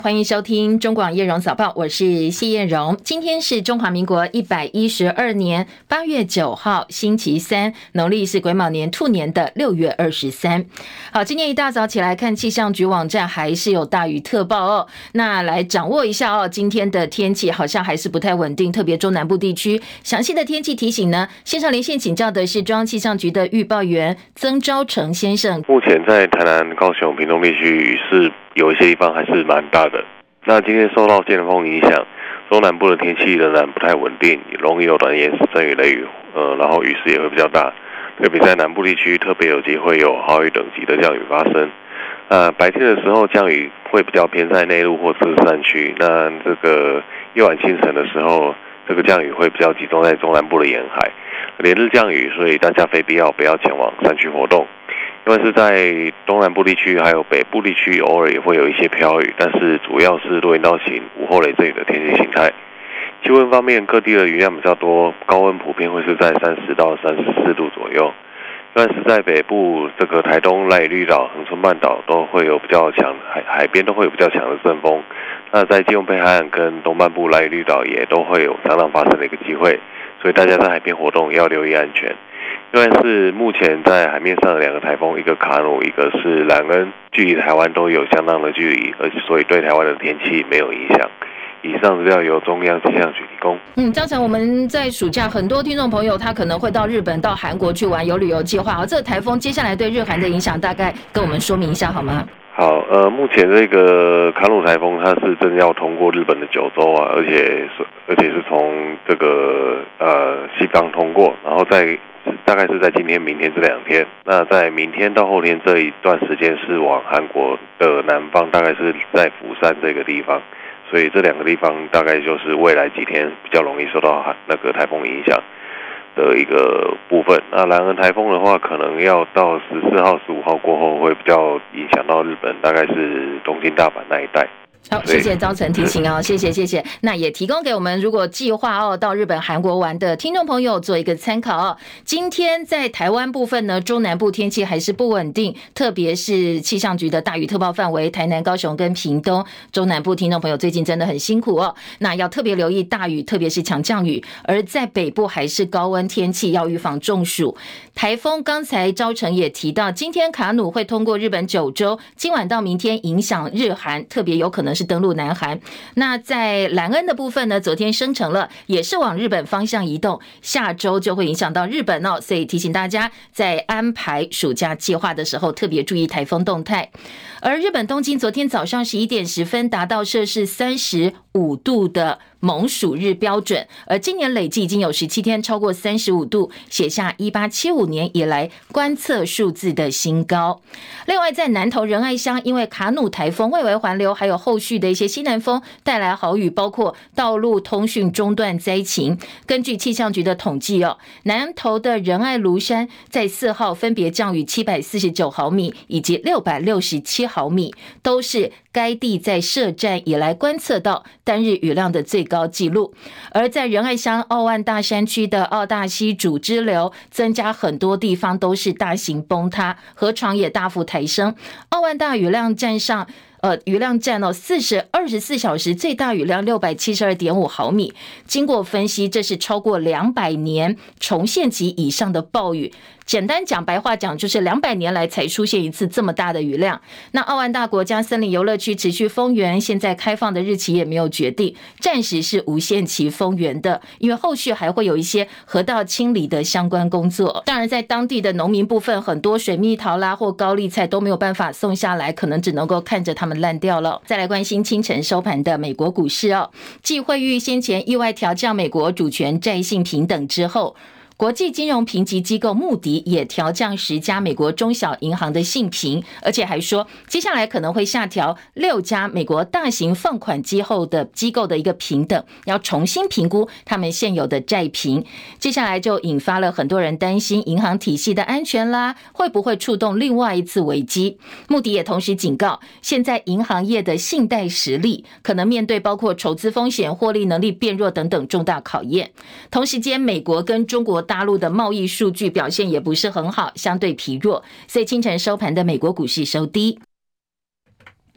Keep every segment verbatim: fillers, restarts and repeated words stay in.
欢迎收听中广叶荣早报，我是谢叶荣。今天是中华民国一百一十二年八月九号星期三，农历是癸卯年兔年的六月二十三。好，今天一大早起来看气象局网站还是有大雨特报哦。那来掌握一下哦，今天的天气好像还是不太稳定，特别中南部地区。详细的天气提醒呢，线上连线请教的是中央气象局的预报员曾昭成先生。 目前在台南、高雄、屏东地区雨势有一些地方还是蛮大的。那今天受到剑锋影响，中南部的天气仍然不太稳定，容易有短延时阵雨雷雨，呃，然后雨势也会比较大，特别在南部地区特别有机会有豪雨等级的降雨发生。呃，白天的时候降雨会比较偏在内陆或者是山区，那这个夜晚清晨的时候，这个降雨会比较集中在中南部的沿海，连日降雨，所以大家非必要不要前往山区活动。因为是在东南部地区还有北部地区偶尔也会有一些飘雨，但是主要是多云到晴、午后雷阵雨的天气形态。气温方面，各地的雨量比较多，高温普遍会是在三十到三十四度左右。但是在北部，这个台东、兰屿绿岛、恒春半岛都会有比较强海海边都会有比较强的阵风。那在基隆北海岸跟东半部兰屿绿岛也都会有常常发生的一个机会，所以大家在海边活动要留意安全。因为是目前在海面上的两个台风，一个卡努，一个是兰恩，距离台湾都有相当的距离，而且所以对台湾的天气没有影响。以上资料由中央气象局提供。 嗯，张成，我们在暑假很多听众朋友他可能会到日本、到韩国去玩，有旅游计划。这个台风接下来对日韩的影响，大概跟我们说明一下好吗？ 好，呃，目前这个卡努台风它是正要通过日本的九州啊，而且是而且是从这个呃西方通过，然后在大概是在今天、明天这两天。那在明天到后天这一段时间是往韩国的南方，大概是在釜山这个地方，所以这两个地方大概就是未来几天比较容易受到那个台风影响的一个部分。那兰恩台风的话，可能要到十四号、十五号过后会比较影响到日本，大概是东京、大阪那一带。 好，谢谢昭成提醒哦，谢谢谢谢。那也提供给我们如果计划哦到日本、韩国玩的听众朋友做一个参考哦。今天在台湾部分呢，中南部天气还是不稳定，特别是气象局的大雨特报范围，台南、高雄跟屏东中南部听众朋友最近真的很辛苦哦。那要特别留意大雨，特别是强降雨。而在北部还是高温天气，要预防中暑。台风刚才昭成也提到，今天卡努会通过日本九州，今晚到明天影响日韩，特别有可能是登陆南韩。那在兰恩的部分呢，昨天生成了，也是往日本方向移动，下周就会影响到日本哦。所以提醒大家在安排暑假计划的时候，特别注意台风动态。而日本东京昨天早上十一点十分达到摄氏三十五度的猛暑日标准，而今年累计已经有十七天超过三十五度，写下一八七五年以来观测数字的新高。另外在南投仁爱乡，因为卡努台风外围环流还有后续的一些西南风带来豪雨，包括道路通讯中断灾情。根据气象局的统计哦，南投的仁爱庐山在四号分别降雨七百四十九毫米以及六百六十七毫米，都是该地在设站以来观测到单日雨量的最高纪录。而在仁爱乡澳万大山区的澳大溪主支流增加，很多地方都是大型崩塌，河床也大幅抬升。澳万大雨量站上呃，雨量占哦，四十二十四小时最大雨量六百七十二点五毫米。经过分析，这是超过两百年重现期以上的暴雨。简单讲，白话讲，就是两百年来才出现一次这么大的雨量。那澳万大国家森林游乐区持续封园，现在开放的日期也没有决定，暂时是无限期封园的，因为后续还会有一些河道清理的相关工作。当然，在当地的农民部分，很多水蜜桃啦或高丽菜都没有办法送下来，可能只能够看着他们烂掉了。再来关心清晨收盘的美国股市哦，继惠誉先前意外调降美国主权债信评等之后，国际金融评级机构穆迪也调降十家美国中小银行的信评，而且还说接下来可能会下调六家美国大型放款机构的机构的一个评等，要重新评估他们现有的债评。接下来就引发了很多人担心银行体系的安全啦，会不会触动另外一次危机？穆迪也同时警告，现在银行业的信贷实力可能面对包括筹资风险、获利能力变弱等等重大考验。同时间，美国跟中国大陆的贸易数据表现也不是很好，相对疲弱，所以清晨收盘的美国股市收低。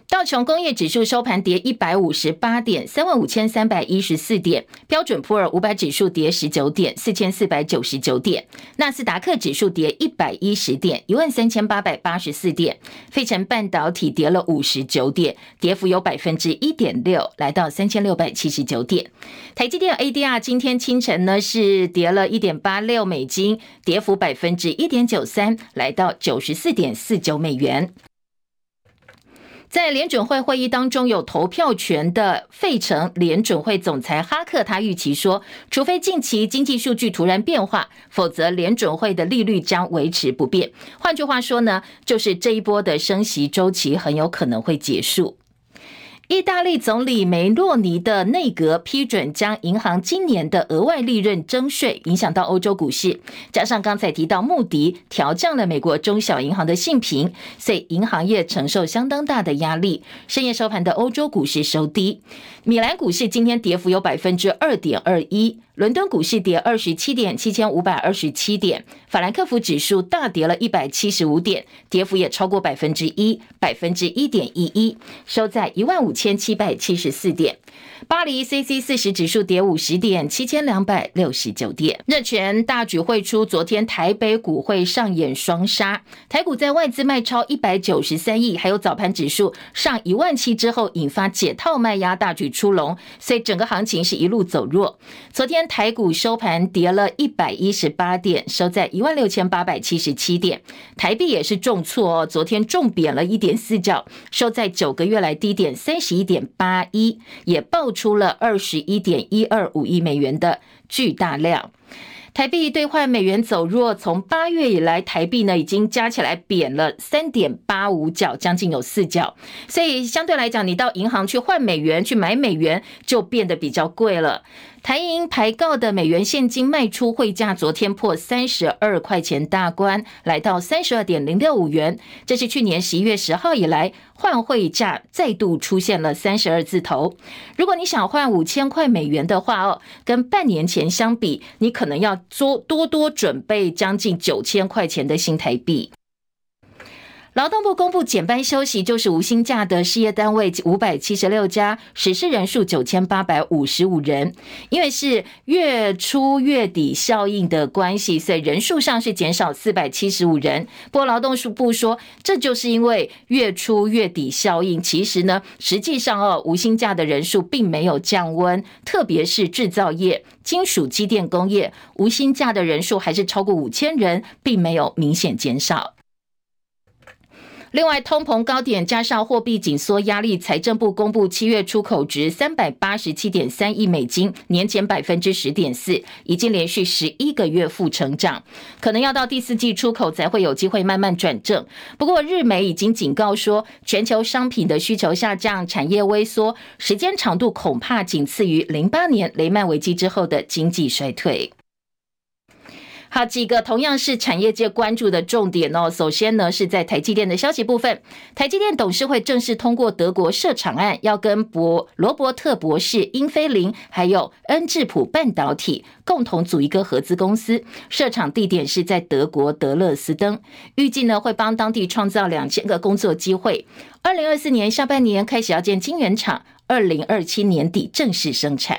道琼工业指数收盘跌一百五十八点，三万五千三百一十四点；标准普尔五百指数跌十九点，四千四百九十九点；纳斯达克指数跌一百一十点，一万三千八百八十四点；费城半导体跌了五十九点，跌幅有百分之一点六，来到三千六百七十九点。台积电 A D R 今天清晨呢是跌了一点八六美金，跌幅百分之一点九三，来到九十四点四九美元。在联准会会议当中有投票权的费城联准会总裁哈克，他预期说，除非近期经济数据突然变化，否则联准会的利率将维持不变。换句话说呢，就是这一波的升息周期很有可能会结束。意大利总理梅洛尼的内阁批准将银行今年的额外利润征税，影响到欧洲股市。加上刚才提到穆迪调降了美国中小银行的信评，所以银行业承受相当大的压力。深夜收盘的欧洲股市收低，米兰股市今天跌幅有 百分之二点二一，伦敦股市跌二十七点，七千五百二十七点，法兰克福指数大跌了一百七十五点，跌幅也超过百分之一，百分之一点一一，收在一万五千七百七十四点。巴黎 C C 四十 指数跌五十点，七千两百六十九点。热权大举汇出，昨天台北股会上演双杀，台股在外资卖超一百九十三亿，还有早盘指数上一万七之后引发解套卖压大举出笼，所以整个行情是一路走弱。昨天台股收盘跌了一百一十八点，收在一万六千八百七十七点。台币也是重挫哦，昨天重贬了一点四角，收在九个月来低点三十一点八一，也爆出了二十一点一二五亿美元的巨大量。台币兑换美元走弱，从八月以来，台币呢已经加起来贬了 三点八五角，将近有四角。所以相对来讲，你到银行去换美元，去买美元就变得比较贵了。台银排告的美元现金卖出汇价昨天破三十二块钱大关，来到 三十二点零六五元，这是去年十一月十号以来换汇价再度出现了三十二字头。如果你想换五千块美元的话哦，跟半年前相比，你可能要多多多准备将近九千块钱的新台币。劳动部公布减班休息就是无薪假的事业单位五百七十六家，实施人数九千八百五十五人。因为是月初月底效应的关系，所以人数上是减少四百七十五人。不过劳动部说，这就是因为月初月底效应，其实呢，实际上哦，无薪假的人数并没有降温，特别是制造业、金属机电工业，无薪假的人数还是超过五千人，并没有明显减少。另外，通膨高点加上货币紧缩压力，财政部公布七月出口值 三百八十七点三亿美金，年前 百分之十点四， 已经连续十一个月负成长，可能要到第四季出口才会有机会慢慢转正。不过日媒已经警告说，全球商品的需求下降，产业萎缩，时间长度恐怕仅次于零八年雷曼危机之后的经济衰退。好，几个同样是产业界关注的重点哦。首先呢，是在台积电的消息部分，台积电董事会正式通过德国设厂案，要跟博罗伯特博士、英飞凌还有恩智浦半导体共同组一个合资公司，设厂地点是在德国德勒斯登，预计呢会帮当地创造两千个工作机会。二零二四年下半年开始要建晶圆厂，二零二七年底正式生产。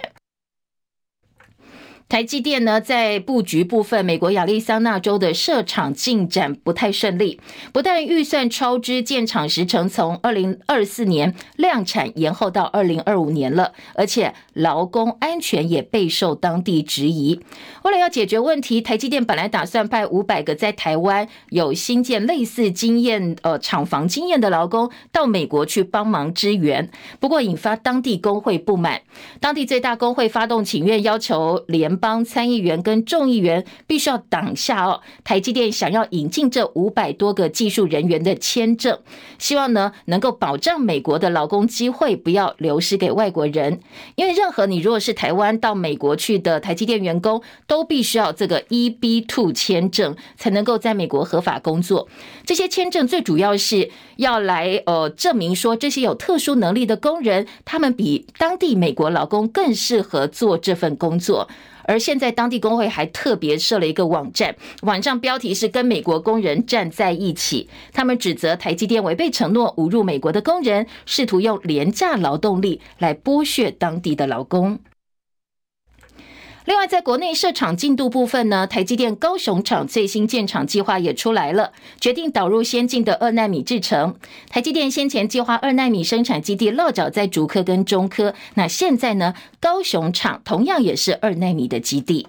台积电呢，在布局部分，美国亚利桑那州的设厂进展不太顺利，不但预算超支，建厂时程从二零二四年量产延后到二零二五年了，而且劳工安全也备受当地质疑。为了要解决问题，台积电本来打算派五百个在台湾有新建类似经验呃厂房经验的劳工到美国去帮忙支援，不过引发当地工会不满，当地最大工会发动请愿，要求联帮参议员跟众议员必须要挡下哦，台积电想要引进这五百多个技术人员的签证，希望呢能够保障美国的劳工机会不要流失给外国人。因为任何你如果是台湾到美国去的台积电员工，都必须要这个 E B 二 签证才能够在美国合法工作。这些签证最主要是要来呃证明说这些有特殊能力的工人，他们比当地美国劳工更适合做这份工作。 而现在当地工会还特别设了一个网站，网站标题是跟美国工人站在一起，他们指责台积电违背承诺，侮辱美国的工人，试图用廉价劳动力来剥削当地的劳工。另外，在国内设厂进度部分呢，台积电高雄厂最新建厂计划也出来了，决定导入先进的二奈米制程。台积电先前计划二奈米生产基地落脚在竹科跟中科，那现在呢，高雄厂同样也是二奈米的基地。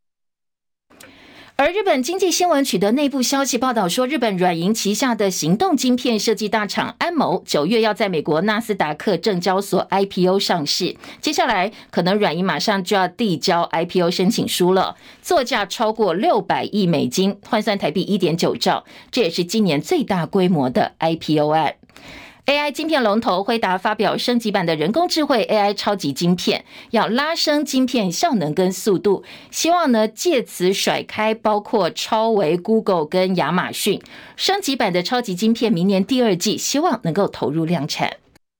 而日本经济新闻取得内部消息报道说，日本软银旗下的行动晶片设计大厂安谋九月要在美国纳斯达克证交所 I P O 上市，接下来可能软银马上就要递交 I P O 申请书了，作价超过六百亿美金，换算台币 一点九兆，这也是今年最大规模的 I P O 案。A I 晶片龙头辉达发表升级版的人工智慧 A I 超级晶片，要拉升晶片效能跟速度，希望呢借此甩开包括超微、Google 跟亚马逊。升级版的超级晶片明年第二季希望能够投入量产。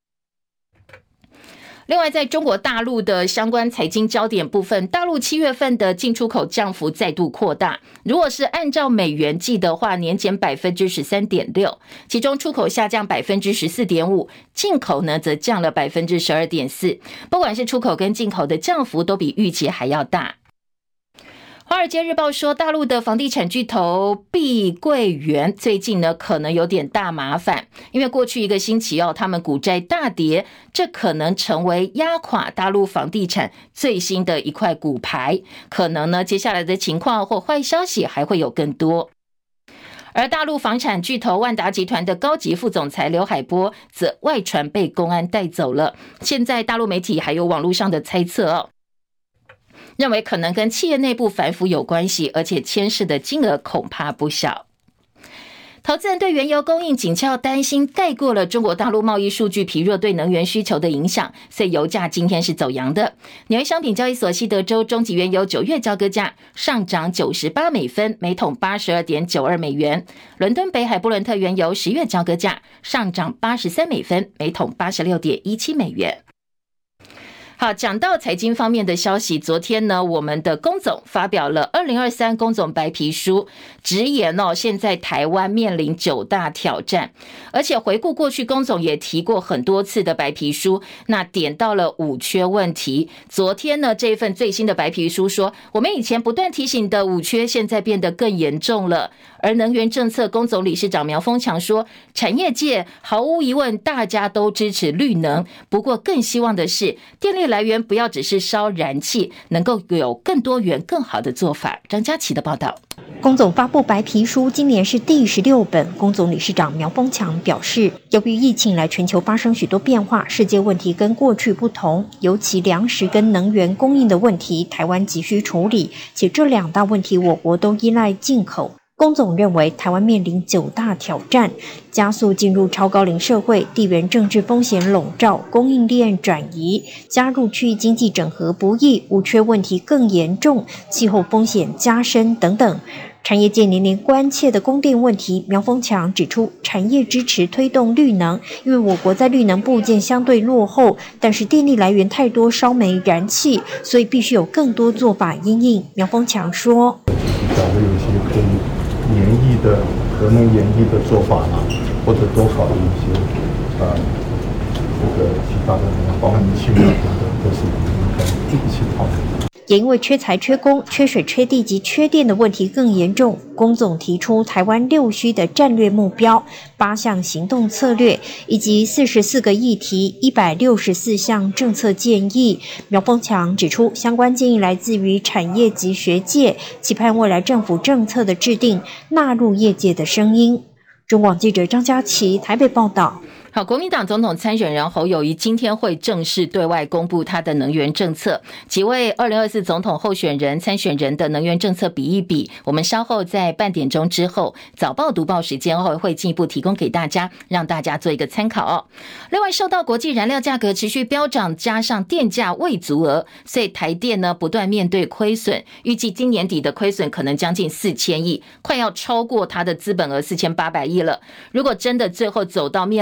另外，在中国大陆的相关财经焦点部分，大陆七月份的进出口降幅再度扩大，如果是按照美元计的话，年减 百分之十三点六， 其中出口下降 百分之十四点五， 进口呢则降了 百分之十二点四， 不管是出口跟进口的降幅都比预期还要大。华尔街日报说，大陆的房地产巨头碧桂园最近呢可能有点大麻烦，因为过去一个星期哦，他们股债大跌，这可能成为压垮大陆房地产最新的一块骨牌，可能呢接下来的情况或坏消息还会有更多。而大陆房产巨头万达集团的高级副总裁刘海波则外传被公安带走了，现在大陆媒体还有网络上的猜测哦，认为可能跟企业内部反腐有关系，而且牵涉的金额恐怕不小。投资人对原油供应紧俏担心盖过了中国大陆贸易数据疲弱对能源需求的影响，所以油价今天是走阳的。纽约商品交易所西德州中级原油九月交割价上涨九十八美分，每桶 八十二点九二美元。伦敦北海布伦特原油十月交割价上涨八十三美分，每桶 八十六点一七美元。好，讲到财经方面的消息，昨天呢，我们的龚总发表了二零二三龚总白皮书，直言哦，现在台湾面临九大挑战，而且回顾过去，龚总也提过很多次的白皮书，那点到了五缺问题。昨天呢，这份最新的白皮书说，我们以前不断提醒的五缺，现在变得更严重了。而能源政策，龚总理事长苗丰强说，产业界毫无疑问大家都支持绿能，不过更希望的是电力来源不要只是烧燃气，能够有更多元更好的做法。张佳琪的报道。 龚总发布白皮书，今年是第十六本。龚总理事长苗丰强表示，由于疫情来全球发生许多变化，世界问题跟过去不同，尤其粮食跟能源供应的问题，台湾急需处理，且这两大问题我国都依赖进口。龚总认为，台湾面临九大挑战，加速进入超高龄社会，地缘政治风险笼罩，供应链转移，加入区域经济整合不易，五缺问题更严重，气候风险加深等等。产业界年年关切的供电问题，苗丰强指出，产业支持推动绿能，因为我国在绿能部件相对落后，但是电力来源太多烧煤燃气，所以必须有更多做法因应。苗丰强说， 假如有些可以延役的核能延役的做法呢，或者多考虑一些呃这个其他的保温器啊等等，都是我们应该一起讨论的。 也因为缺材缺工、缺水缺地及缺电的问题更严重，龚总提出台湾六需的战略目标、八项行动策略以及四十四个议题、一百六十四项政策建议。苗丰强指出，相关建议来自于产业及学界，期盼未来政府政策的制定纳入业界的声音。中广记者张佳琪台北报道。 好，国民党总统参选人侯友宜今天会正式对外公布他的能源政策，几位二零二四总统候选人参选人的能源政策比一比，我们稍后在半点钟之后早报读报时间后会进一步提供给大家，让大家做一个参考哦。另外，受到国际燃料价格持续飙涨，加上电价未足额，所以台电呢不断面对亏损，预计今年底的亏损可能将近四千亿，快要超过它的资本额四千八百亿了。如果真的最后走到面临破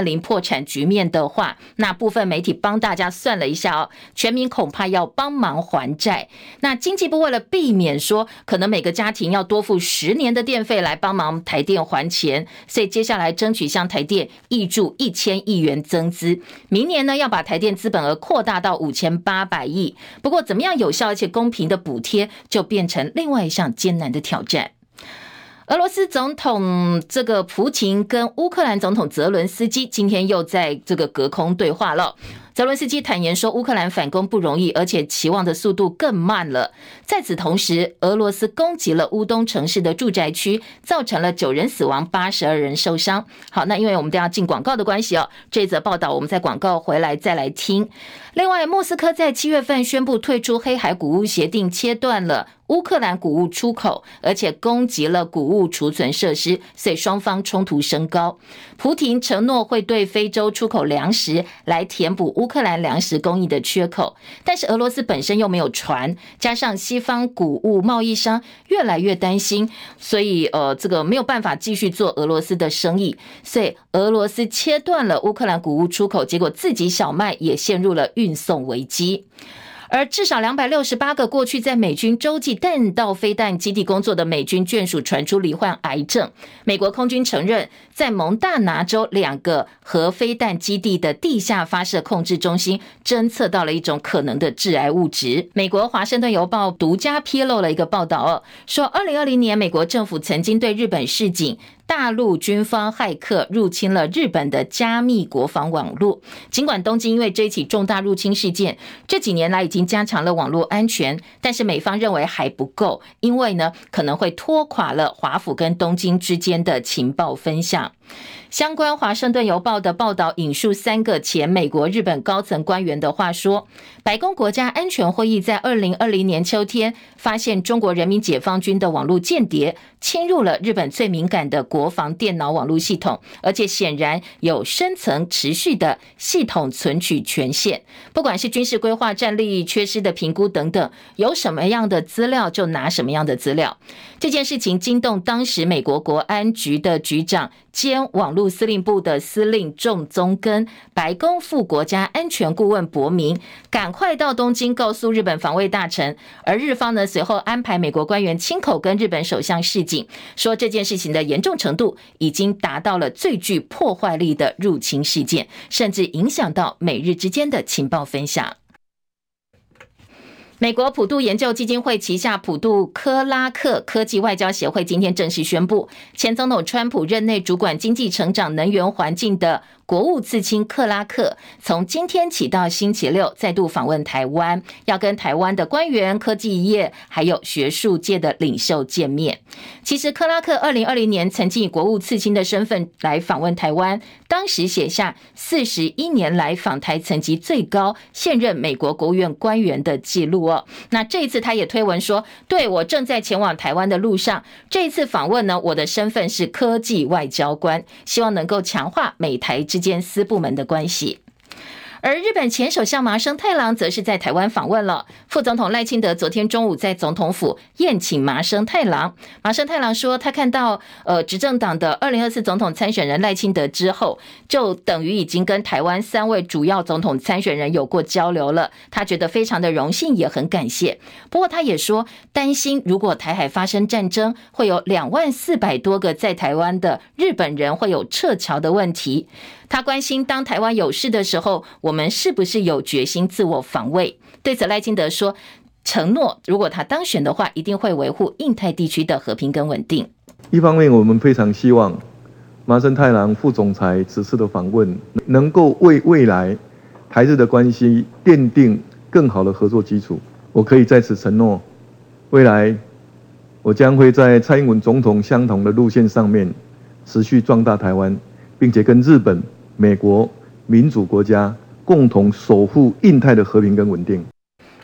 产局面的话，那部分媒体帮大家算了一下哦，全民恐怕要帮忙还债。那经济部为了避免说可能每个家庭要多付十年的电费来帮忙台电还钱，所以接下来争取向台电挹注一千亿元增资，明年呢要把台电资本额扩大到五千八百亿。不过怎么样有效而且公平的补贴，就变成另外一项艰难的挑战。俄罗斯总统这个普廷跟乌克兰总统泽伦斯基今天又在这个隔空对话了。泽伦斯基坦言说，乌克兰反攻不容易，而且期望的速度更慢了。在此同时，俄罗斯攻击了乌东城市的住宅区，造成了九人死亡，八十二人受伤。好，那因为我们都要进广告的关系哦，这则报道我们在广告回来再来听。另外，莫斯科在七月份宣布退出黑海谷物协定，切断了乌克兰谷物出口，而且攻击了谷物储存设施，所以双方冲突升高。普廷承诺会对非洲出口粮食来填补乌克兰粮食供应的缺口，但是俄罗斯本身又没有船，加上西方谷物贸易商越来越担心，所以呃，这个没有办法继续做俄罗斯的生意，所以俄罗斯切断了乌克兰谷物出口，结果自己小麦也陷入了运送危机。而至少两百六十八个过去在美军洲际弹道飞弹基地工作的美军眷属传出罹患癌症。美国空军承认，在蒙大拿州两个核飞弹基地的地下发射控制中心侦测到了一种可能的致癌物质。美国华盛顿邮报独家披露了一个报道哦，说二零二零年美国政府曾经对日本示警，大陆军方骇客入侵了日本的加密国防网络。尽管东京因为这起重大入侵事件，这几年来已经加强了网络安全，但是美方认为还不够，因为呢可能会拖垮了华府跟东京之间的情报分享。相关华盛顿邮报的报道引述三个前美国日本高层官员的话说，白宫国家安全会议在二零二零年秋天发现中国人民解放军的网络间谍侵入了日本最敏感的国防电脑网络系统，而且显然有深层持续的系统存取权限，不管是军事规划、战力缺失的评估等等，有什么样的资料就拿什么样的资料。这件事情惊动当时美国国安局的局长兼网络司令部的司令仲宗根、白宫副国家安全顾问伯明赶快到东京告诉日本防卫大臣，而日方呢随后安排美国官员亲口跟日本首相示警，说这件事情的严重程度已经达到了最具破坏力的入侵事件，甚至影响到美日之间的情报分享。美国普渡研究基金会旗下普渡克拉克科技外交协会今天正式宣布，前总统川普任内主管经济成长、能源环境的国务次卿克拉克从今天起到星期六再度访问台湾，要跟台湾的官员、科技业还有学术界的领袖见面。其实克拉克二零二零年曾经以国务次卿的身份来访问台湾，当时写下四十一年来访台层级最高、现任美国国务院官员的记录哦。那这一次他也推文说，对，我正在前往台湾的路上，这一次访问呢，我的身份是科技外交官，希望能够强化美台之间私部门的关系。而日本前首相麻生太郎则是在台湾访问了，副总统赖清德昨天中午在总统府宴请麻生太郎。麻生太郎说，他看到呃执政党的二零二四总统参选人赖清德之后，就等于已经跟台湾三位主要总统参选人有过交流了，他觉得非常的荣幸，也很感谢。不过他也说，担心如果台海发生战争，会有两万四百多个在台湾的日本人会有撤侨的问题。他关心当台湾有事的时候，我们是不是有决心自我防卫。对此赖清德说，承诺如果他当选的话，一定会维护印太地区的和平跟稳定。 一方面我们非常希望麻生太郎副总裁此次的访问能够为未来台日的关系奠定更好的合作基础。我可以在此承诺，未来我将会在蔡英文总统相同的路线上面持续壮大台湾，并且跟日本、美国民主国家共同守护印太的和平跟稳定。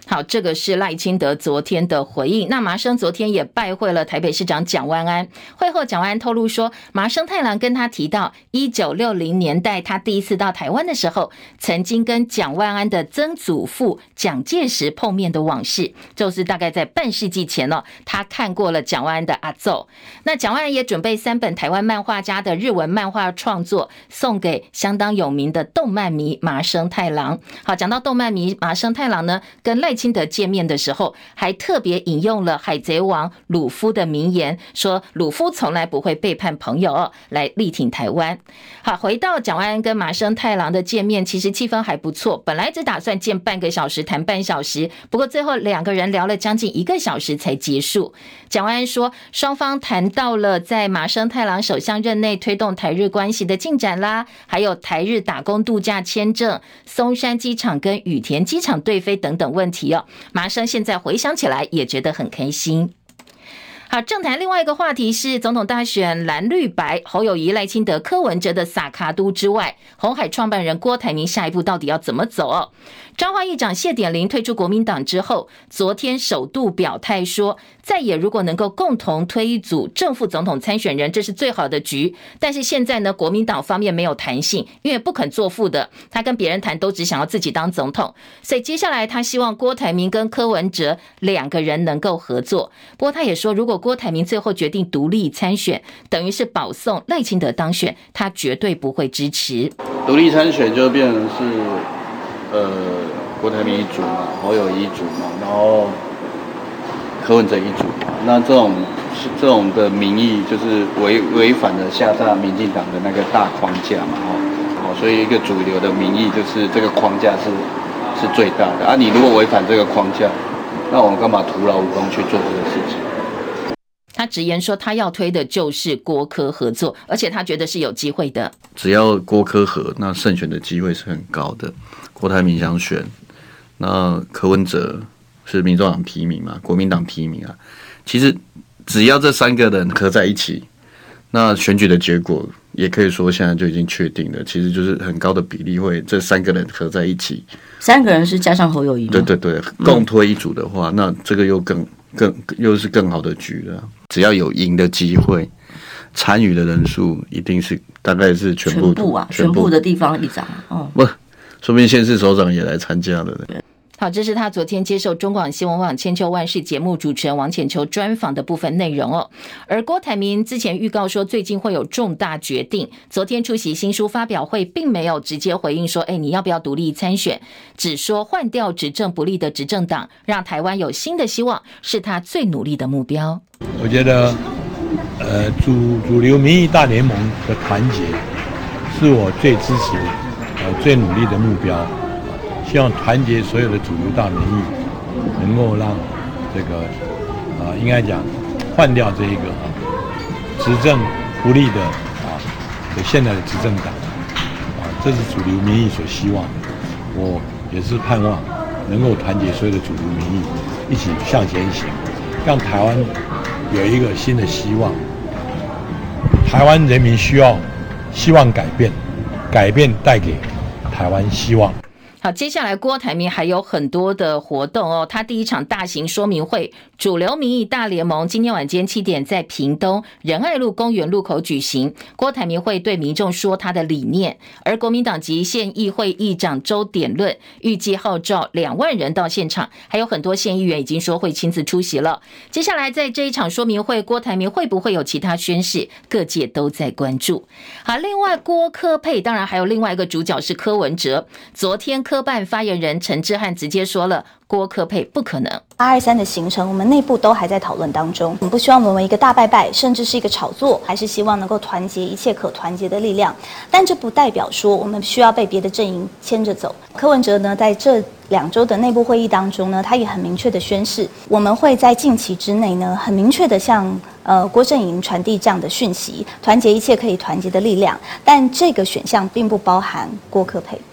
好，这个是赖清德昨天的回应。那麻生昨天也拜会了台北市长蒋万安，会后蒋万安透露说，麻生太郎跟他提到一九六零年代他第一次到台湾的时候，曾经跟蒋万安的曾祖父蒋介石碰面的往事，就是大概在半世纪前哦，他看过了蒋万安的阿奏。那蒋万安也准备三本台湾漫画家的日文漫画创作送给相当有名的动漫迷麻生太郎。好，讲到动漫迷麻生太郎呢，跟赖清德见面的时候还特别引用了海贼王鲁夫的名言，说鲁夫从来不会背叛朋友哦，来力挺台湾。好，回到蒋万安跟麻生太郎的见面，其实气氛还不错，本来只打算见半个小时谈半小时，不过最后两个人聊了将近一个小时才结束。蒋万安说，双方谈到了在麻生太郎首相任内推动台日关系的进展啦，还有台日打工度假签证、松山机场跟羽田机场对飞等等问题哦。麻生现在回想起来也觉得很开心。好，政坛另外一个话题是总统大选蓝绿白，侯友宜、赖清德、柯文哲的撒卡都之外，鸿海创办人郭台铭下一步到底要怎么走哦？彰化议长谢点玲退出国民党之后，昨天首度表态说，在野如果能够共同推一组正副总统参选人，这是最好的局。但是现在呢，国民党方面没有弹性，因为不肯做副的，他跟别人谈都只想要自己当总统，所以接下来他希望郭台铭跟柯文哲两个人能够合作。不过他也说，如果郭台铭最后决定独立参选，等于是保送赖清德当选，他绝对不会支持。 独立参选就变成是呃郭台铭一组嘛，侯友宜一组嘛，然后柯文哲一组嘛。那这种这种的民意就是违违反了下架民进党的那个大框架嘛，哦，所以一个主流的民意就是这个框架是是最大的啊。你如果违反这个框架，那我们干嘛徒劳无功去做这个事情？ 他直言说，他要推的就是郭柯合作，而且他觉得是有机会的。 只要郭柯合，那胜选的机会是很高的。郭台铭想选，那柯文哲是民众党提名嘛，国民党提名啊。其实只要这三个人合在一起，那选举的结果也可以说现在就已经确定了。其实就是很高的比例会这三个人合在一起。 三个人是加上侯友宜吗？ 对对对，共推一组的话，嗯、那这个又更更又是更好的局了。只要有赢的机会，参与的人数一定是大概是全部全部啊，全部的地方议长，哦， 不，说不定县市首长也来参加了。 好，这是他昨天接受中广新闻网千秋万世节目主持人王浅秋专访的部分内容哦。而郭台铭之前预告说最近会有重大决定，昨天出席新书发表会，并没有直接回应说，哎，你要不要独立参选？只说换掉执政不力的执政党，让台湾有新的希望，是他最努力的目标。 我觉得，呃，主主流民意大联盟的团结是我最支持、呃最努力的目标。希望团结所有的主流大民意，能够让这个啊、呃，应该讲换掉这一个啊执政不力的啊的现在的执政党啊，这是主流民意所希望的。我也是盼望能够团结所有的主流民意，一起向前行，让台湾有一个新的希望。台湾人民需要希望改变，改变带给台湾希望。 好，接下来郭台铭还有很多的活动哦。他第一场大型说明会，主流民意大联盟今天晚间七点在屏东仁爱路公园路口举行。郭台铭会对民众说他的理念，而国民党籍县议会议长周典论预计号召两万人到现场，还有很多县议员已经说会亲自出席了。接下来在这一场说明会，郭台铭会不会有其他宣示？各界都在关注。好，另外郭柯配，当然还有另外一个主角是柯文哲。昨天柯办发言人陈之汉直接说了，郭柯配不可能。 八二三的行程，我们内部都还在讨论当中。我们不希望沦为一个大拜拜，甚至是一个炒作，还是希望能够团结一切可团结的力量。但这不代表说我们需要被别的阵营牵着走。柯文哲呢，在这两周的内部会议当中呢，他也很明确的宣示，我们会在近期之内呢，很明确的向呃郭阵营传递这样的讯息，团结一切可以团结的力量。但这个选项并不包含郭柯配。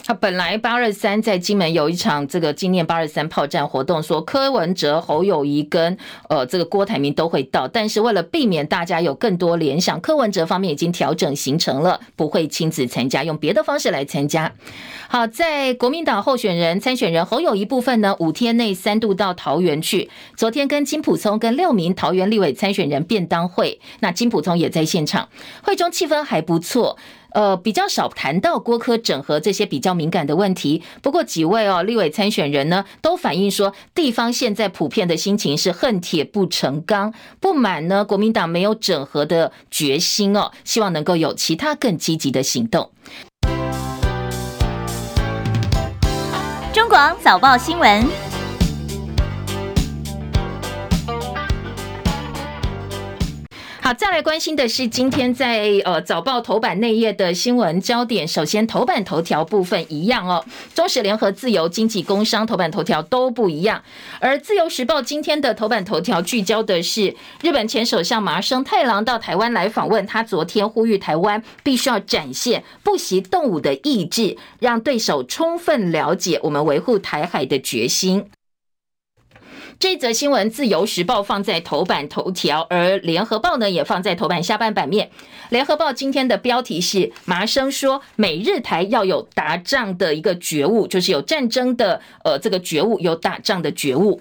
啊，本来八二三在金门有一场这个纪念八二三炮战活动，说柯文哲、侯友宜跟呃这个郭台铭都会到，但是为了避免大家有更多联想，柯文哲方面已经调整行程了，不会亲自参加，用别的方式来参加。好，在国民党候选人参选人侯友宜部分呢，五天内三度到桃园去，昨天跟金溥聪跟六名桃园立委参选人便当会，那金溥聪也在现场，会中气氛还不错。呃，比较少谈到郭柯整合这些比较敏感的问题，不过几位哦立委参选人呢，都反映说，地方现在普遍的心情是恨铁不成钢，不满呢国民党没有整合的决心哦，希望能够有其他更积极的行动。 中广早报新闻。 好，再来关心的是今天在呃早报头版内页的新闻焦点。首先，头版头条部分一样哦，中时联合、自由、经济、工商头版头条都不一样。而自由时报今天的头版头条聚焦的是日本前首相麻生太郎到台湾来访问，他昨天呼吁台湾必须要展现不惜动武的意志，让对手充分了解我们维护台海的决心。这则新闻自由时报放在头版头条，而联合报呢也放在头版下半版面。联合报今天的标题是麻生说美日台要有打仗的一个觉悟，就是有战争的呃这个觉悟，有打仗的觉悟。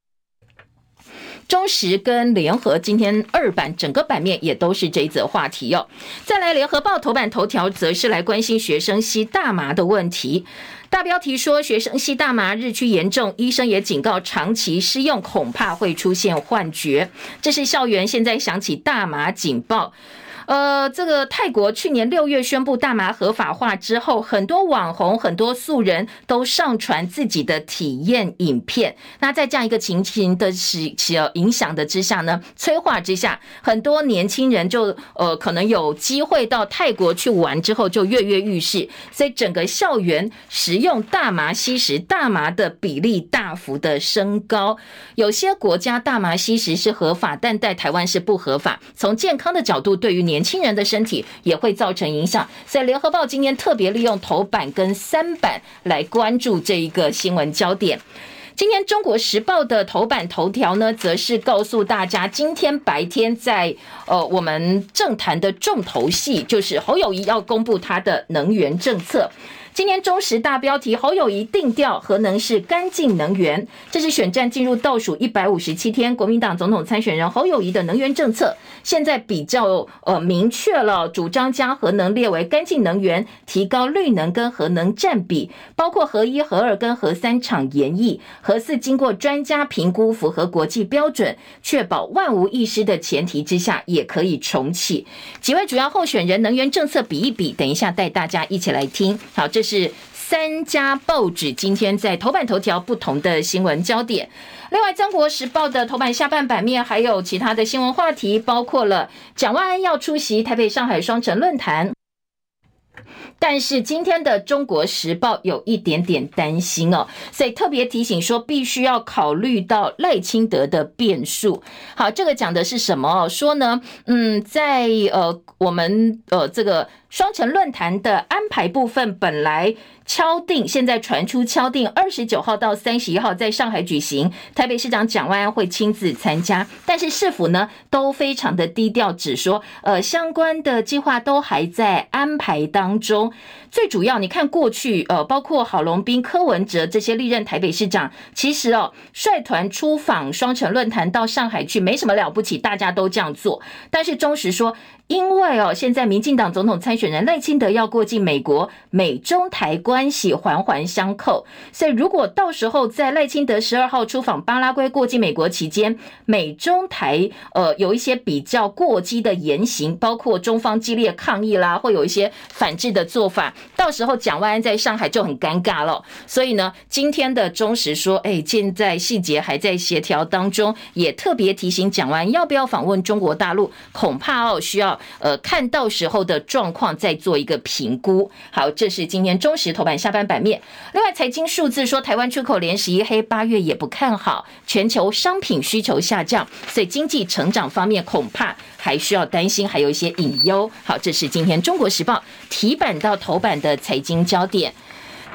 中时跟联合今天二版整个版面也都是这一则话题哦。再来，联合报头版头条则是来关心学生吸大麻的问题。大标题说，学生吸大麻日趋严重，医生也警告长期施用恐怕会出现幻觉。这是校园现在响起大麻警报。呃，这个泰国去年六月宣布大麻合法化之后，很多网红、很多素人都上传自己的体验影片。那在这样一个情形的影响的之下呢，催化之下，很多年轻人就呃可能有机会到泰国去玩，之后就跃跃欲试，所以整个校园食用大麻、吸食大麻的比例大幅的升高。有些国家大麻吸食是合法，但在台湾是不合法。从健康的角度，对于年年轻人的身体也会造成影响，所以联合报今天特别利用头版跟三版来关注这一个新闻焦点。今天中国时报的头版头条呢，则是告诉大家，今天白天在呃我们政坛的重头戏，就是侯友宜要公布他的能源政策。今天中时大标题，侯友宜定调核能是干净能源。这是选战进入倒数一百五十七天，国民党总统参选人侯友宜的能源政策现在比较呃明确了，主张将核能列为干净能源，提高绿能跟核能占比，包括核一、核二跟核三厂研议，核四经过专家评估符合国际标准，确保万无一失的前提之下也可以重启。几位主要候选人能源政策比一比，等一下带大家一起来听。好，这是是三家报纸今天在头版头条不同的新闻焦点。另外，中国时报的头版下半版面还有其他的新闻话题，包括了蒋万安要出席台北上海双城论坛。但是今天的中国时报有一点点担心哦，所以特别提醒说必须要考虑到赖清德的变数。好，这个讲的是什么？说呢，嗯，在呃我们呃这个双城论坛的安排部分本来敲定，现在传出敲定二十九号到三十一号在上海举行，台北市长蒋万安会亲自参加，但是市府呢都非常的低调，只说呃相关的计划都还在安排当中。最主要你看过去呃包括郝龙斌、柯文哲这些历任台北市长，其实哦率团出访双城论坛到上海去没什么了不起，大家都这样做。但是中时说，因为哦现在民进党总统参选人赖清德要过境美国，美中台关系环环相扣，所以如果到时候在赖清德十二号出访巴拉圭过境美国期间，美中台呃有一些比较过激的言行，包括中方激烈抗议啦，会有一些反制的做法，到时候蒋万安在上海就很尴尬了。所以呢，今天的中时说，哎，现在细节还在协调当中，也特别提醒蒋万安要不要访问中国大陆，恐怕哦需要呃看到时候的状况再做一个评估。好，这是今天中时头版下半版面。另外，财经数字说，台湾出口连十一黑，八月也不看好，全球商品需求下降，所以经济成长方面恐怕还需要担心，还有一些隐忧。好，这是今天中国时报提版到头版的财经焦点。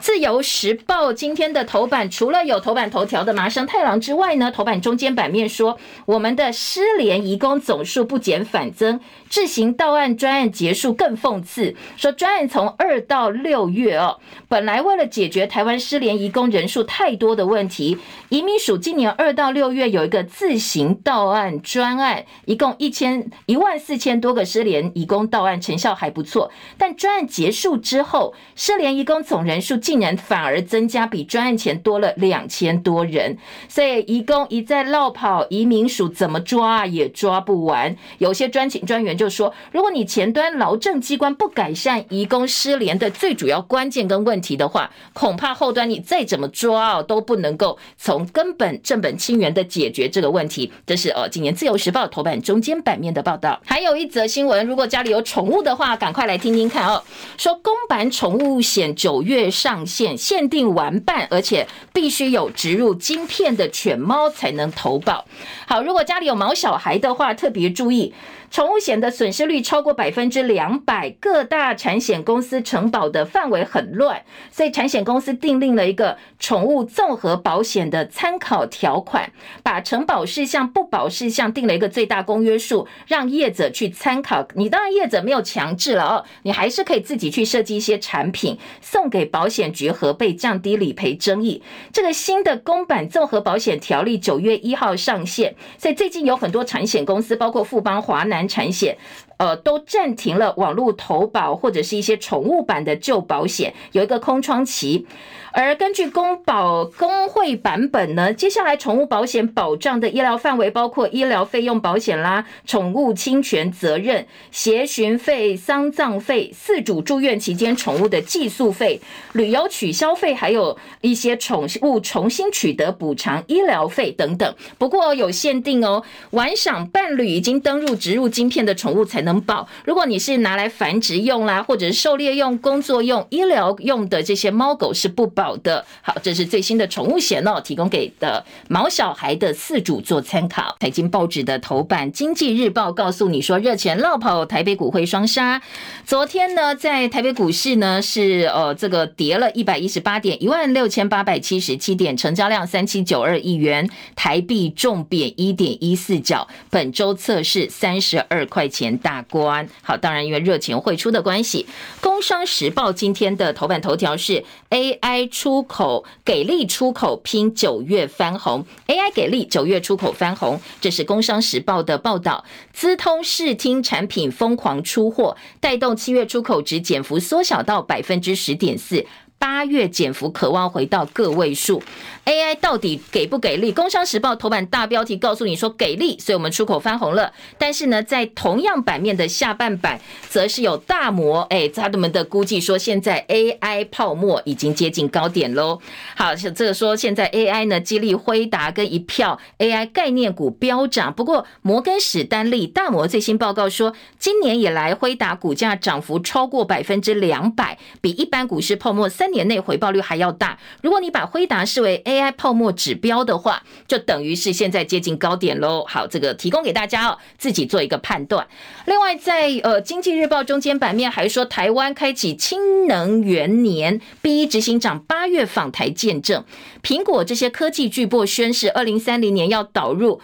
自由时报今天的头版除了有头版头条的麻生太郎之外呢，头版中间版面说我们的失联移工总数不减反增，自行到案专案结束更讽刺，说专案从二到六月哦，本来为了解决台湾失联移工人数太多的问题，移民署今年二到六月有一个自行到案专案，一共一千一万四千多个失联移工到案，成效还不错。但专案结束之后，失联移工总人数竟然反而增加，比专案前多了两千多人。所以移工一再落跑，移民署怎么抓也抓不完。有些专勤专员就说，如果你前端劳政机关不改善移工失联的最主要关键跟问题的话，恐怕后端你再怎么抓哦，都不能够从根本正本清源的解决这个问题。这是呃今年自由时报头版中间版面的报道。还有一则新闻，如果家里有宠物的话，赶快来听听看哦。说公版宠物险九月上线，限定完办，而且必须有植入晶片的犬猫才能投保。好，如果家里有毛小孩的话，特别注意。宠物险的损失率超过百分之两百，各大产险公司承保的范围很乱，所以产险公司订定了一个宠物综合保险的参考条款，把承保事项、不保事项定了一个最大公约数，让业者去参考。你当然业者没有强制了哦，你还是可以自己去设计一些产品送给保险局核备，降低理赔争议。这个新的公版综合保险条例九月一号上线，所以最近有很多产险公司，包括富邦、华南产险，呃，都暂停了网络投保或者是一些宠物版的旧保险，有一个空窗期。而根据公保工会版本呢，接下来宠物保险保障的医疗范围包括医疗费用保险啦、宠物侵权责任、协寻费、丧葬费、饲主住院期间宠物的寄宿费、旅游取消费，还有一些宠物重新取得补偿医疗费等等。不过有限定哦，玩赏伴侣已经登入植入晶片的宠物才能保。如果你是拿来繁殖用啦，或者是狩猎用、工作用、医疗用的这些猫狗是不保的。好，这是最新的宠物险哦，提供给的毛小孩的饲主做参考。财经报纸的头版，经济日报告诉你说，热钱落跑，台北股汇双杀。昨天呢，在台北股市呢是呃这个跌了一百一十八点，一万六千八百七十七点，成交量三七九二亿元，台币重贬一点一四角，本周测试三十二块钱大关。好，当然因为热钱汇出的关系，工商时报今天的头版头条是 A I 出口给力，出口拼九月翻红 ，A I 给力九月出口翻红，这是工商时报的报道。资通视听产品疯狂出货，带动七月出口值减幅缩小到百分之十点四。八月减幅渴望回到个位数 ，A I 到底给不给力？工商时报头版大标题告诉你说给力，所以我们出口翻红了。但是呢，在同样版面的下半版，则是有大摩哎，他们的估计说，现在 A I 泡沫已经接近高点喽。好，这个说现在 A I 呢，激励辉达跟一票 A I 概念股飙涨。不过摩根史丹利大摩最新报告说，今年以来辉达股价涨幅超过百分之两百，比一般股市泡沫三年内回报率还要大。如果你把辉达视为 A I 泡沫指标的话，就等于是现在接近高点咯。好，这个提供给大家哦，自己做一个判断。另外在呃经济日报中间版面还说，台湾开启氢能元年 ，B 一执行长八月访台见证，苹果这些科技巨擘宣示二零三零年要导入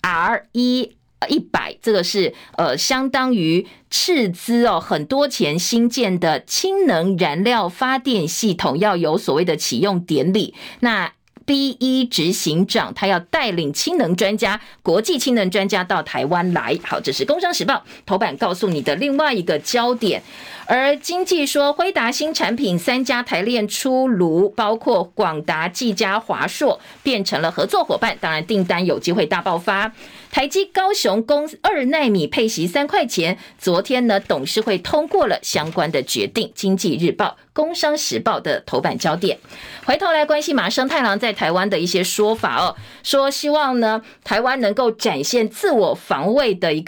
R 一一百，这个是呃相当于斥资哦很多钱新建的氢能燃料发电系统，要有所谓的启用典礼。那B 一执行长他要带领氢能专家、国际氢能专家到台湾来。好，这是工商时报头版告诉你的另外一个焦点。而经济说，辉达新产品三家台炼出炉，包括广达、技嘉、华硕变成了合作伙伴，当然订单有机会大爆发。台积高雄供二奈米配息三块钱，昨天呢董事会通过了相关的决定。经济日报、工商时报的头版焦点。回头来关心麻生太郎在台湾的一些说法哦，说希望呢台湾能够展现自我防卫的一个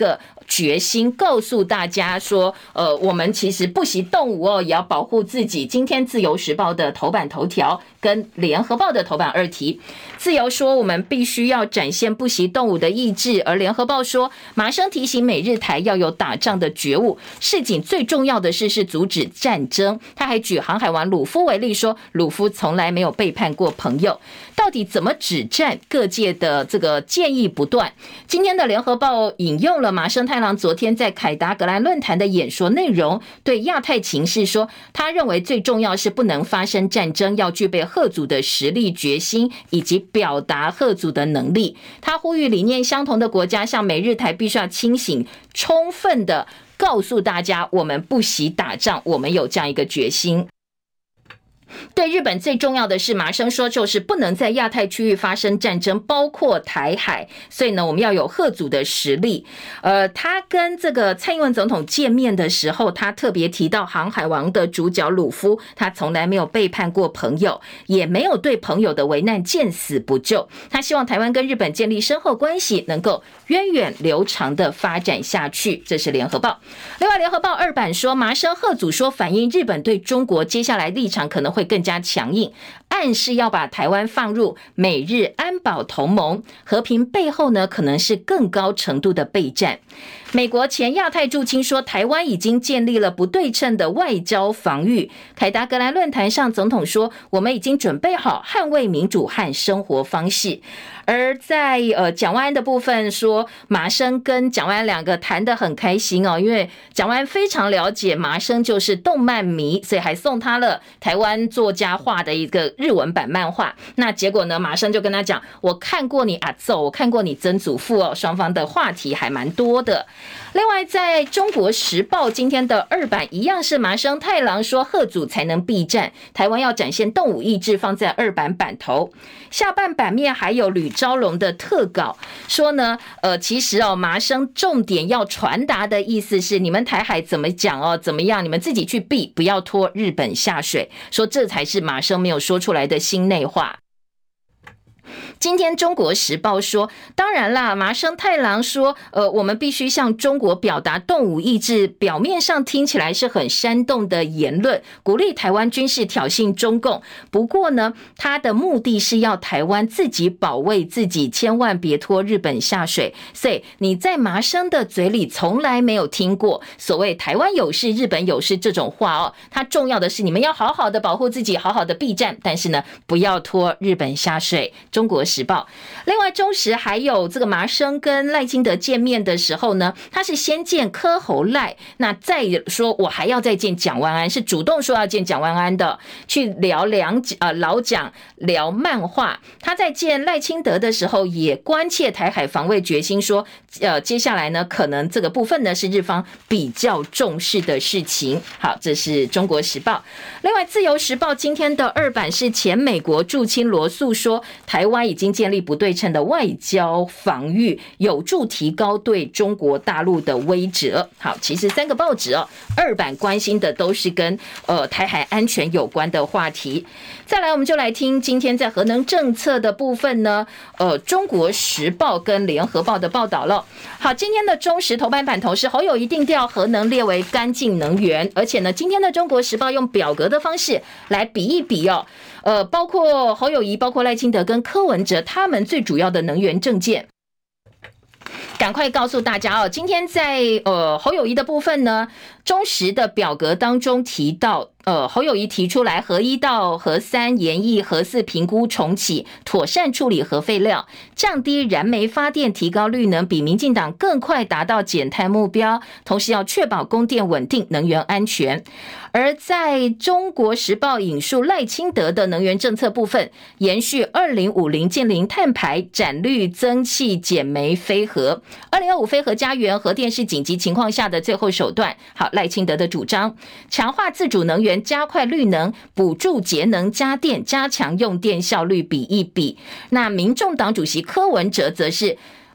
决心，告诉大家说，呃，我们其实不惜动武哦，也要保护自己。今天自由时报的头版头条跟联合报的头版二题，自由说我们必须要展现不惜动武的意志，而联合报说麻生提醒美日台要有打仗的觉悟，示警最重要的事是阻止战争。他还举航海王鲁夫为例，说鲁夫从来没有背叛过朋友。到底怎么止战？各界的这个建议不断。今天的联合报引用了麻生太郎昨天在凯达格兰论坛的演说内容，对亚太情势说，他认为最重要是不能发生战争，要具备吓阻的实力、决心以及表达吓阻的能力。他呼吁理念相同的国家，像美日台必须要清醒，充分的告诉大家，我们不惜打仗，我们有这样一个决心。对日本最重要的是，麻生说就是不能在亚太区域发生战争，包括台海，所以呢，我们要有吓阻的实力。呃，他跟这个蔡英文总统见面的时候，他特别提到航海王的主角鲁夫，他从来没有背叛过朋友，也没有对朋友的危难见死不救。他希望台湾跟日本建立深厚关系，能够源远流长的发展下去。这是联合报。另外，联合报二版说，麻生吓阻说，反映日本对中国接下来立场可能会更加强硬，暗示要把台湾放入美日安保同盟，和平背后呢，可能是更高程度的备战。美国前亚太驻青说，台湾已经建立了不对称的外交防御。凯达格兰论坛上，总统说，我们已经准备好捍卫民主和生活方式。而在呃蒋万安的部分说，麻生跟蒋万安两个谈得很开心哦，因为蒋万安非常了解麻生就是动漫迷，所以还送他了台湾作家画的一个日文版漫画。那结果呢，麻生就跟他讲，我看过你阿祖，我看过你曾祖父哦，双方的话题还蛮多的。另外，在中国时报今天的二版一样是麻生太郎说，吓阻才能避战，台湾要展现动武意志，放在二版版头。下半版面还有吕昭龙的特稿，说呢，呃，其实哦，麻生重点要传达的意思是，你们台海怎么讲哦，怎么样，你们自己去避，不要拖日本下水，说这才是麻生没有说出来的心内话。今天中国时报说，当然啦，麻生太郎说，呃，我们必须向中国表达动武意志，表面上听起来是很煽动的言论，鼓励台湾军事挑衅中共。不过呢，他的目的是要台湾自己保卫自己，千万别拖日本下水。所以你在麻生的嘴里从来没有听过所谓台湾有事、日本有事这种话哦。他重要的是你们要好好的保护自己，好好的避战，但是呢，不要拖日本下水。中国时报。另外，中时还有这个麻生跟赖清德见面的时候呢，他是先见柯侯赖，那再说我还要再见蒋万安，是主动说要见蒋万安的，去聊两呃老蒋聊漫画。他在见赖清德的时候，也关切台海防卫决心，说呃接下来呢，可能这个部分呢是日方比较重视的事情。好，这是中国时报。另外，自由时报今天的二版是前美国驻青罗素说，台湾已经建立不对称的外交防御，有助提高对中国大陆的威慑。好，其实三个报纸哦，二版关心的都是跟呃台海安全有关的话题。再来，我们就来听今天在核能政策的部分呢，呃，中国时报跟联合报的报道了。好，今天的中时头版版头是侯友宜定调核能列为干净能源，而且呢，今天的中国时报用表格的方式来比一比哦，呃，包括侯友宜、包括赖清德跟柯文哲他们最主要的能源政见。赶快告诉大家哦，今天在呃侯友宜的部分呢，中时的表格当中提到，呃侯友宜提出来核一到核三研议，核四评估重启，妥善处理核废料，降低燃煤发电，提高绿能，比民进党更快达到减碳目标，同时要确保供电稳定，能源安全。而在中国时报引述赖清德的能源政策部分，延续二零五零净零碳排，展绿增气减煤非核，二零二五非核家园核电是紧急情况下的最后手段。好，赖清德的主张，强化自主能源，加快绿能，补助节能家电，加强用电效率比一比。那民众党主席柯文哲则是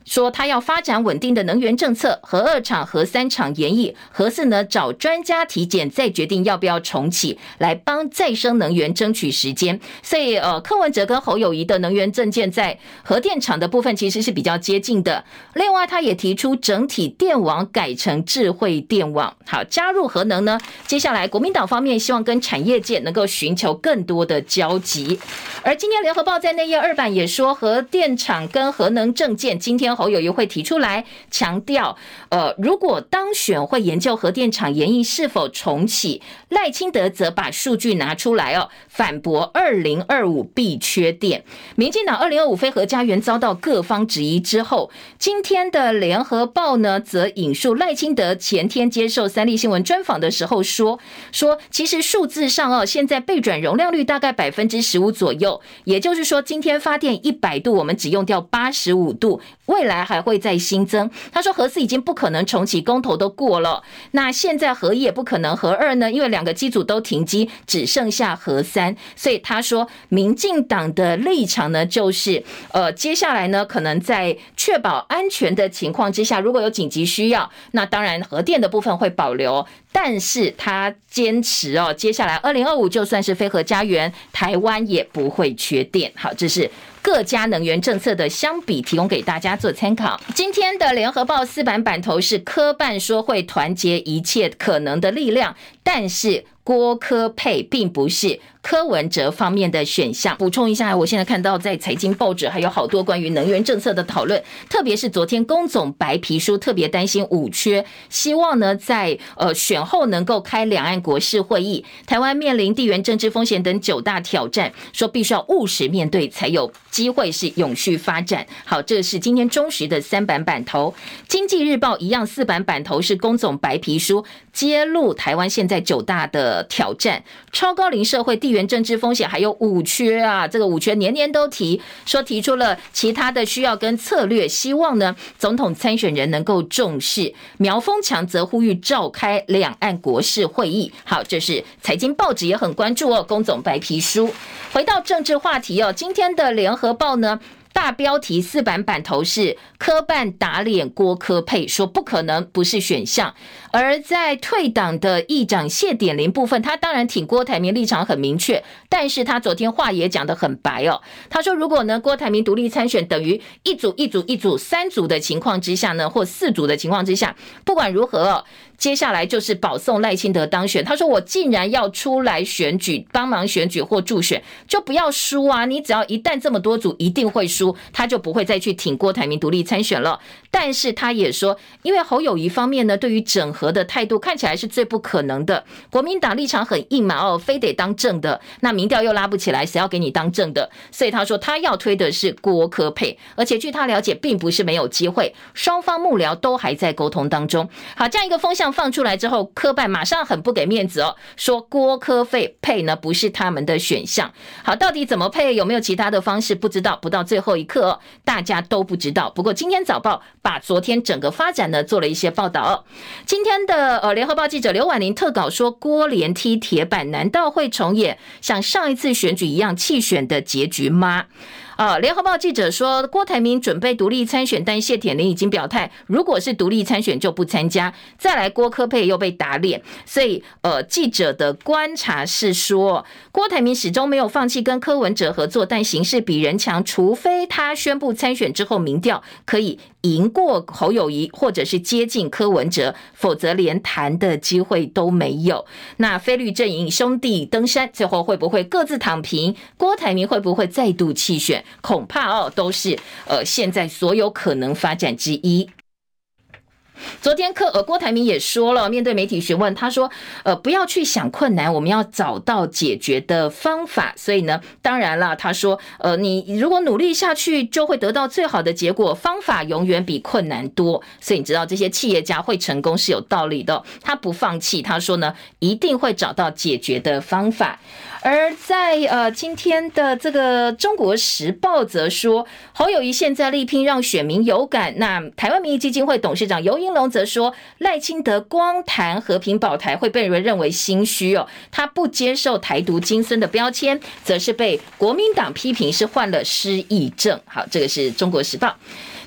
说他要发展稳定的能源政策，核二厂、核三厂延役，核四呢找专家体检，再决定要不要重启，来帮再生能源争取时间。所以呃，柯文哲跟侯友宜的能源政见在核电厂的部分其实是比较接近的。另外，他也提出整体电网改成智慧电网，好，加入核能呢，接下来国民党方面希望跟产业界能够寻求更多的交集。而今天联合报在内页二版也说，核电厂跟核能政见，今天侯友宜会提出来强调，呃，如果当选会研究核电厂延役是否重启。赖清德则把数据拿出来哦，反驳二零二五必缺电。民进党二零二五非核家园遭到各方质疑之后，今天的联合报呢，则引述赖清德前天接受三立新闻专访的时候说，说其实数字上哦，现在备转容量率大概百分之十五左右，也就是说今天发电一百度，我们只用掉八十五度，未来还会再新增。他说核四已经不可能重启，公投都过了，那现在核一也不可能，核二呢，因为两个机组都停机，只剩下核三，所以他说民进党的立场呢，就是呃，接下来呢，可能在确保安全的情况之下，如果有紧急需要，那当然核电的部分会保留，但是他坚持哦，接下来二零二五就算是非核家园，台湾也不会缺电。好，这是各家能源政策的相比，提供给大家做参考。今天的联合报四版版头是柯办说会团结一切可能的力量，但是郭柯配并不是柯文哲方面的选项。补充一下，我现在看到在财经报纸还有好多关于能源政策的讨论，特别是昨天龚总白皮书特别担心五缺，希望呢在呃选后能够开两岸国事会议。台湾面临地缘政治风险等九大挑战，说必须要务实面对，才有机会是永续发展。好，这是今天中时的三版版头。经济日报一样四版版头是龚总白皮书，揭露台湾现在九大的挑战，超高龄社会、地缘政治风险，还有五缺啊，这个五缺年年都提，说提出了其他的需要跟策略，希望呢总统参选人能够重视。苗丰强则呼吁召开两岸国事会议。好，这是财经报纸也很关注哦，龚总白皮书。回到政治话题哦，今天的联合报呢，大标题四版版头是柯办打脸郭柯配，说不可能，不是选项。而在退党的议长谢点林部分，他当然挺郭台铭，立场很明确，但是他昨天话也讲得很白哦。他说如果呢郭台铭独立参选，等于一组一组一组三组的情况之下呢，或四组的情况之下，不管如何哦，接下来就是保送赖清德当选。他说我竟然要出来选举，帮忙选举或助选，就不要输啊，你只要一旦这么多组一定会输，他就不会再去挺郭台铭独立参选了。但是他也说，因为侯友宜方面呢，对于整合的态度看起来是最不可能的，国民党立场很硬嘛，哦，非得当正的，那民调又拉不起来，谁要给你当正的？所以他说他要推的是郭柯配，而且据他了解并不是没有机会，双方幕僚都还在沟通当中。好，这样一个风向放出来之后，柯办马上很不给面子哦，说郭柯配配呢不是他们的选项。好，到底怎么配，有没有其他的方式不知道，不到最后一刻哦，大家都不知道。不过今天早报把昨天整个发展呢做了一些报道哦。今天的呃联合报记者刘婉玲特稿说，郭连踢铁板，难道会重演像上一次选举一样弃选的结局吗？呃，联合报记者说，郭台铭准备独立参选，但谢铁林已经表态，如果是独立参选就不参加。再来，郭柯配又被打脸，所以呃，记者的观察是说，郭台铭始终没有放弃跟柯文哲合作，但形势比人强，除非他宣布参选之后民调可以赢过侯友宜，或者是接近柯文哲，否则连谈的机会都没有。那非绿阵营兄弟登山，最后会不会各自躺平？郭台铭会不会再度弃选？恐怕哦，都是呃现在所有可能发展之一。昨天柯呃郭台铭也说了，面对媒体询问，他说呃不要去想困难，我们要找到解决的方法。所以呢，当然了，他说呃你如果努力下去，就会得到最好的结果，方法永远比困难多。所以你知道这些企业家会成功是有道理的，他不放弃，他说呢一定会找到解决的方法。而在呃今天的这个中国时报则说，侯友宜现在力拼让选民有感。那台湾民意基金会董事长游盈隆则说，赖清德光谈和平保台会被人认为心虚哦，他不接受台独金孙的标签，则是被国民党批评是患了失忆症。好，这个是中国时报。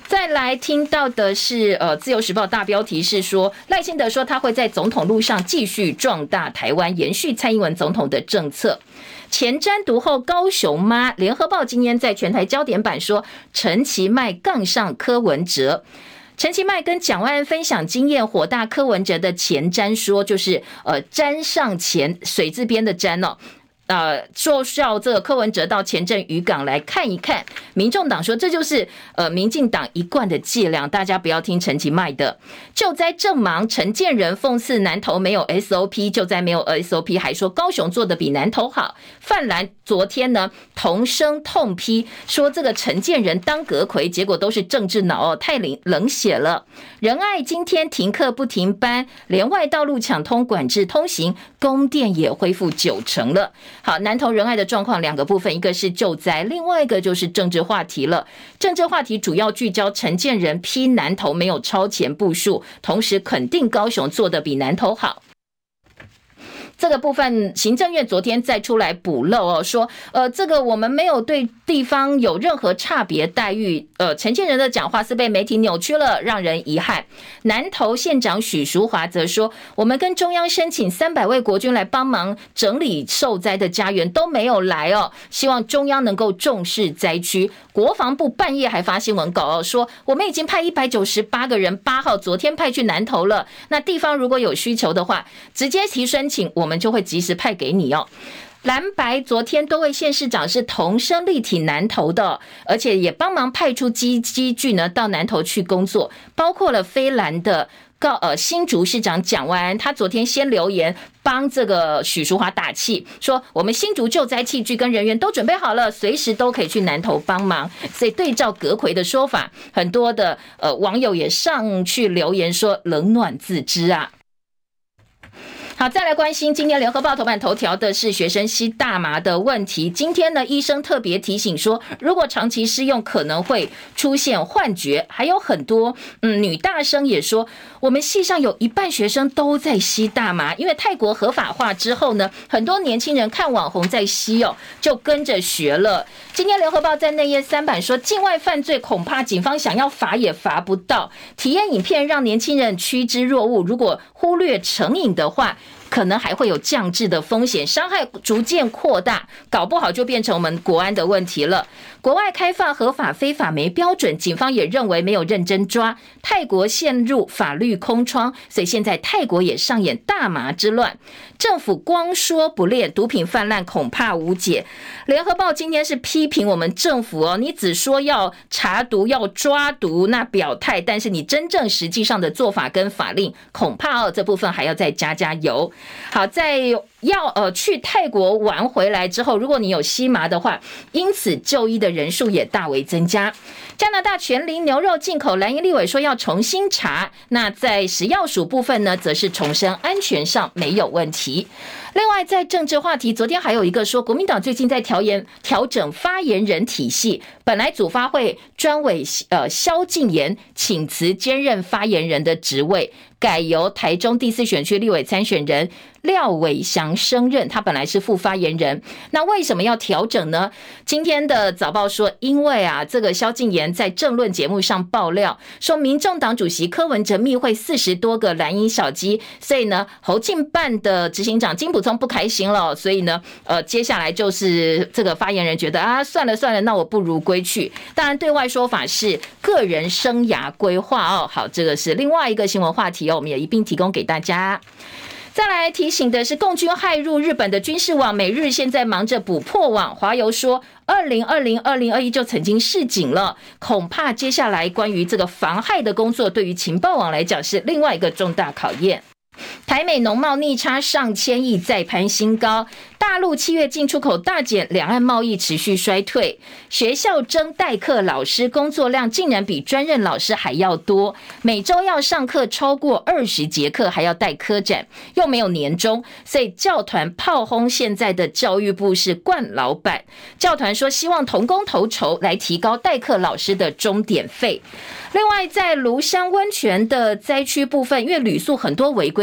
再来听到的是，呃，《自由时报》大标题是说，赖清德说他会在总统路上继续壮大台湾，延续蔡英文总统的政策。前瞻独后高雄妈，《联合报》今天在全台焦点版说，陈其迈杠上柯文哲。陈其迈跟蒋万安分享经验，火大柯文哲的前瞻说，就是呃瞻上前水字边的瞻哦。呃，说叫这个柯文哲到前镇渔港来看一看，民众党说这就是呃民进党一贯的伎俩，大家不要听陈其迈的。救灾正忙，陈建仁讽刺南投没有 S O P， 救灾没有 S O P， 还说高雄做的比南投好。泛蓝昨天呢同声痛批，说这个陈建仁当阁揆，结果都是政治脑哦，太冷血了。仁爱今天停课不停班，连外道路抢通管制通行，供电也恢复九成了。好，南投仁爱的状况两个部分，一个是救灾，另外一个就是政治话题了。政治话题主要聚焦陈建仁批南投没有超前部署，同时肯定高雄做得比南投好。这个部分行政院昨天再出来补漏哦，说呃这个我们没有对地方有任何差别待遇，呃陈建仁的讲话是被媒体扭曲了，让人遗憾。南投县长许淑华则说，我们跟中央申请三百位国军来帮忙整理受灾的家园都没有来哦，希望中央能够重视灾区。国防部半夜还发新闻稿哦，说我们已经派一百九十八个人，八号昨天派去南投了，那地方如果有需求的话，直接提申请，我们就会及时派给你哦。蓝白昨天多位县市长是同声力挺南投的，而且也帮忙派出机机具呢到南投去工作，包括了非蓝的告呃新竹市长蒋万安，他昨天先留言帮这个许淑华打气，说我们新竹救灾器具跟人员都准备好了，随时都可以去南投帮忙。所以对照阁揆的说法，很多的呃网友也上去留言说冷暖自知啊。好，再来关心今天联合报头版头条的是学生吸大麻的问题。今天呢，医生特别提醒说，如果长期施用可能会出现幻觉，还有很多嗯女大生也说，我们系上有一半学生都在吸大麻，因为泰国合法化之后呢，很多年轻人看网红在吸哦，就跟着学了。今天联合报在内页三版说，境外犯罪恐怕警方想要罚也罚不到，体验影片让年轻人趋之若鹜，如果忽略成瘾的话，可能还会有降智的风险，伤害逐渐扩大，搞不好就变成我们国安的问题了。国外开放合法非法没标准，警方也认为没有认真抓，泰国陷入法律空窗，所以现在泰国也上演大麻之乱。政府光说不练，毒品泛滥恐怕无解。联合报今天是批评我们政府哦，你只说要查毒要抓毒，那表态，但是你真正实际上的做法跟法令，恐怕哦这部分还要再加加油。好，在要呃去泰国玩回来之后，如果你有吸麻的话，因此就医的人数也大为增加。加拿大全龄牛肉进口，蓝营立委说要重新查。那在食药署部分呢，则是重申安全上没有问题。另外，在政治话题，昨天还有一个说，国民党最近在调研调整发言人体系，本来组发会专委呃萧敬言请辞兼任发言人的职位，改由台中第四选区立委参选人廖伟翔升任，他本来是副发言人。那为什么要调整呢？今天的早报说，因为啊，这个萧敬言在政论节目上爆料说，民众党主席柯文哲密会四十多个蓝营小鸡，所以呢，侯进办的执行长金溥聪不开心了，所以呢，呃，接下来就是这个发言人觉得啊，算了算了，那我不如归去。当然，对外说法是个人生涯规划哦。好，这个是另外一个新闻话题哦，我们也一并提供给大家。再来提醒的是，共军骇入日本的军事网，美日现在忙着补破网。华邮说，二零二零、二零二一就曾经示警了，恐怕接下来关于这个防害的工作，对于情报网来讲是另外一个重大考验。台美农贸逆差上千亿再攀新高，大陆七月进出口大减，两岸贸易持续衰退。学校征代课老师工作量竟然比专任老师还要多，每周要上课超过二十节课，还要带科展，又没有年终，所以教团炮轰现在的教育部是惯老板。教团说希望同工同酬来提高代课老师的钟点费。另外，在庐山温泉的灾区部分，因为旅宿很多违规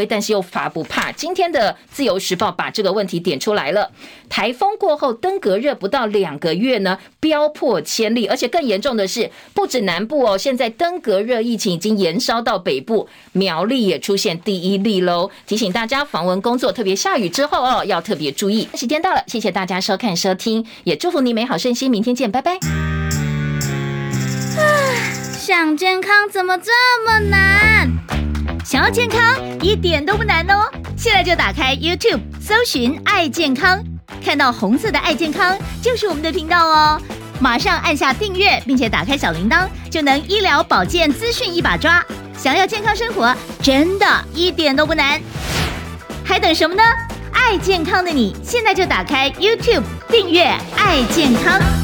规，但是又法不怕。今天的自由时报把这个问题点出来了。台风过后登革热不到两个月呢，飙破千例，而且更严重的是，不止南部哦，现在登革热疫情已经延烧到北部，苗栗也出现第一例喽。提醒大家防蚊工作，特别下雨之后哦，要特别注意。时间到了，谢谢大家收看收听，也祝福你美好身心，明天见，拜拜。 想健康怎么这么难？想要健康一点都不难哦！现在就打开 YouTube 搜寻爱健康，看到红色的爱健康就是我们的频道哦。马上按下订阅，并且打开小铃铛，就能医疗保健资讯一把抓。想要健康生活，真的一点都不难，还等什么呢？爱健康的你，现在就打开 YouTube 订阅爱健康。